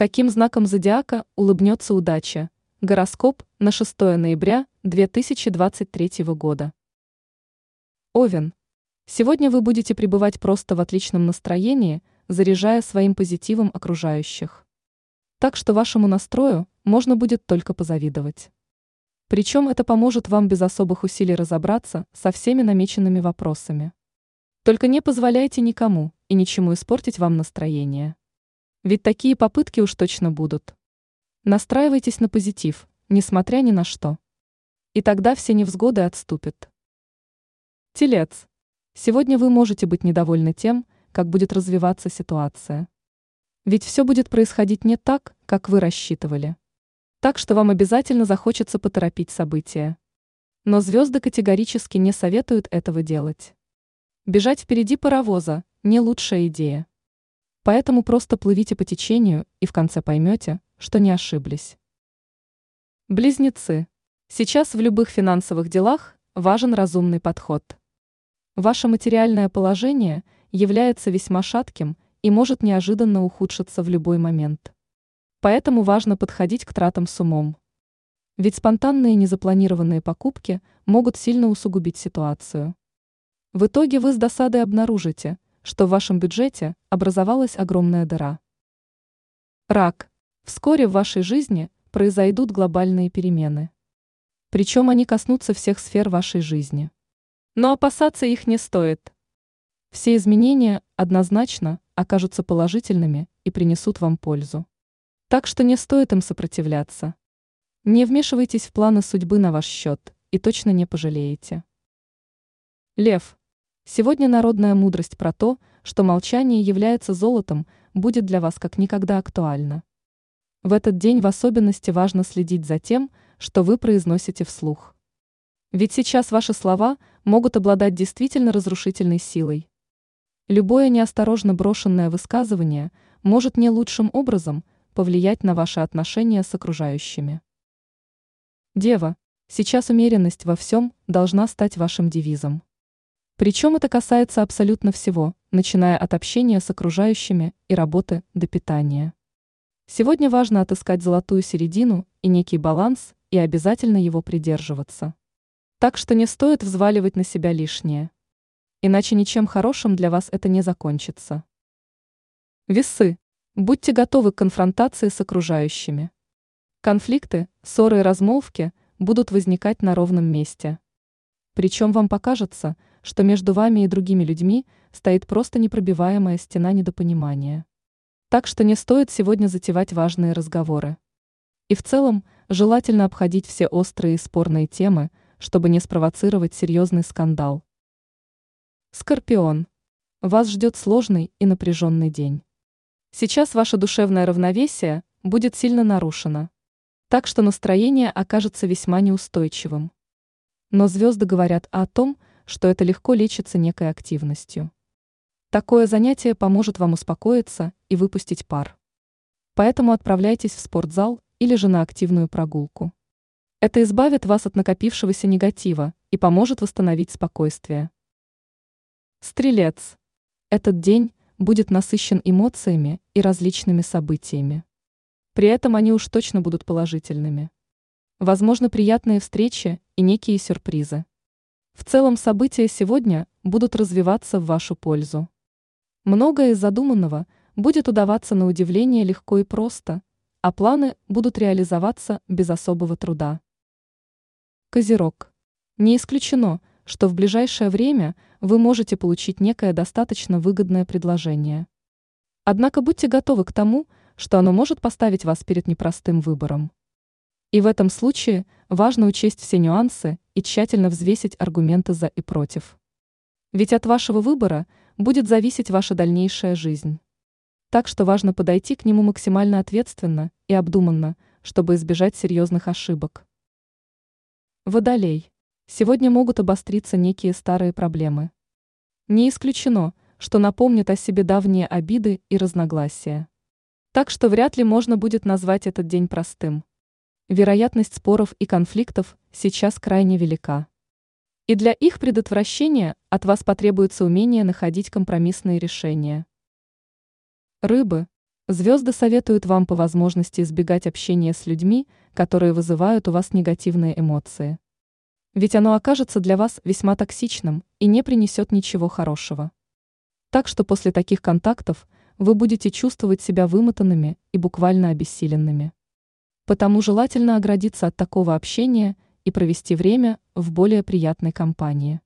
Каким знаком зодиака улыбнется удача? Гороскоп на 6 ноября 2023 года. Овен. Сегодня вы будете пребывать просто в отличном настроении, заряжая своим позитивом окружающих. Так что вашему настрою можно будет только позавидовать. Причем это поможет вам без особых усилий разобраться со всеми намеченными вопросами. Только не позволяйте никому и ничему испортить вам настроение. Ведь такие попытки уж точно будут. Настраивайтесь на позитив, несмотря ни на что. И тогда все невзгоды отступят. Телец. Сегодня вы можете быть недовольны тем, как будет развиваться ситуация. Ведь все будет происходить не так, как вы рассчитывали. Так что вам обязательно захочется поторопить события. Но звезды категорически не советуют этого делать. Бежать впереди паровоза – не лучшая идея. Поэтому просто плывите по течению и в конце поймете, что не ошиблись. Близнецы. Сейчас в любых финансовых делах важен разумный подход. Ваше материальное положение является весьма шатким и может неожиданно ухудшиться в любой момент. Поэтому важно подходить к тратам с умом. Ведь спонтанные незапланированные покупки могут сильно усугубить ситуацию. В итоге вы с досадой обнаружите, что в вашем бюджете образовалась огромная дыра. Рак. Вскоре в вашей жизни произойдут глобальные перемены. Причем они коснутся всех сфер вашей жизни. Но опасаться их не стоит. Все изменения однозначно окажутся положительными и принесут вам пользу. Так что не стоит им сопротивляться. Не вмешивайтесь в планы судьбы на ваш счет и точно не пожалеете. Лев. Сегодня народная мудрость про то, что молчание является золотом, будет для вас как никогда актуальна. В этот день в особенности важно следить за тем, что вы произносите вслух. Ведь сейчас ваши слова могут обладать действительно разрушительной силой. Любое неосторожно брошенное высказывание может не лучшим образом повлиять на ваши отношения с окружающими. Дева. Сейчас умеренность во всем должна стать вашим девизом. Причем это касается абсолютно всего, начиная от общения с окружающими и работы до питания. Сегодня важно отыскать золотую середину и некий баланс и обязательно его придерживаться. Так что не стоит взваливать на себя лишнее. Иначе ничем хорошим для вас это не закончится. Весы. Будьте готовы к конфронтации с окружающими. Конфликты, ссоры и размолвки будут возникать на ровном месте. Причем вам покажется, что между вами и другими людьми стоит просто непробиваемая стена недопонимания. Так что не стоит сегодня затевать важные разговоры. И в целом, желательно обходить все острые и спорные темы, чтобы не спровоцировать серьезный скандал. Скорпион. Вас ждет сложный и напряженный день. Сейчас ваше душевное равновесие будет сильно нарушено. Так что настроение окажется весьма неустойчивым. Но звезды говорят о том, что это легко лечится некой активностью. Такое занятие поможет вам успокоиться и выпустить пар. Поэтому отправляйтесь в спортзал или же на активную прогулку. Это избавит вас от накопившегося негатива и поможет восстановить спокойствие. Стрелец. Этот день будет насыщен эмоциями и различными событиями. При этом они уж точно будут положительными. Возможно, приятные встречи и некие сюрпризы. В целом события сегодня будут развиваться в вашу пользу. Многое из задуманного будет удаваться на удивление легко и просто, а планы будут реализоваться без особого труда. Козерог. Не исключено, что в ближайшее время вы можете получить некое достаточно выгодное предложение. Однако будьте готовы к тому, что оно может поставить вас перед непростым выбором. И в этом случае важно учесть все нюансы и тщательно взвесить аргументы за и против. Ведь от вашего выбора будет зависеть ваша дальнейшая жизнь. Так что важно подойти к нему максимально ответственно и обдуманно, чтобы избежать серьезных ошибок. Водолей. Сегодня могут обостриться некие старые проблемы. Не исключено, что напомнят о себе давние обиды и разногласия. Так что вряд ли можно будет назвать этот день простым. Вероятность споров и конфликтов сейчас крайне велика. И для их предотвращения от вас потребуется умение находить компромиссные решения. Рыбы. Звезды советуют вам по возможности избегать общения с людьми, которые вызывают у вас негативные эмоции. Ведь оно окажется для вас весьма токсичным и не принесет ничего хорошего. Так что после таких контактов вы будете чувствовать себя вымотанными и буквально обессиленными. Потому желательно оградиться от такого общения и провести время в более приятной компании.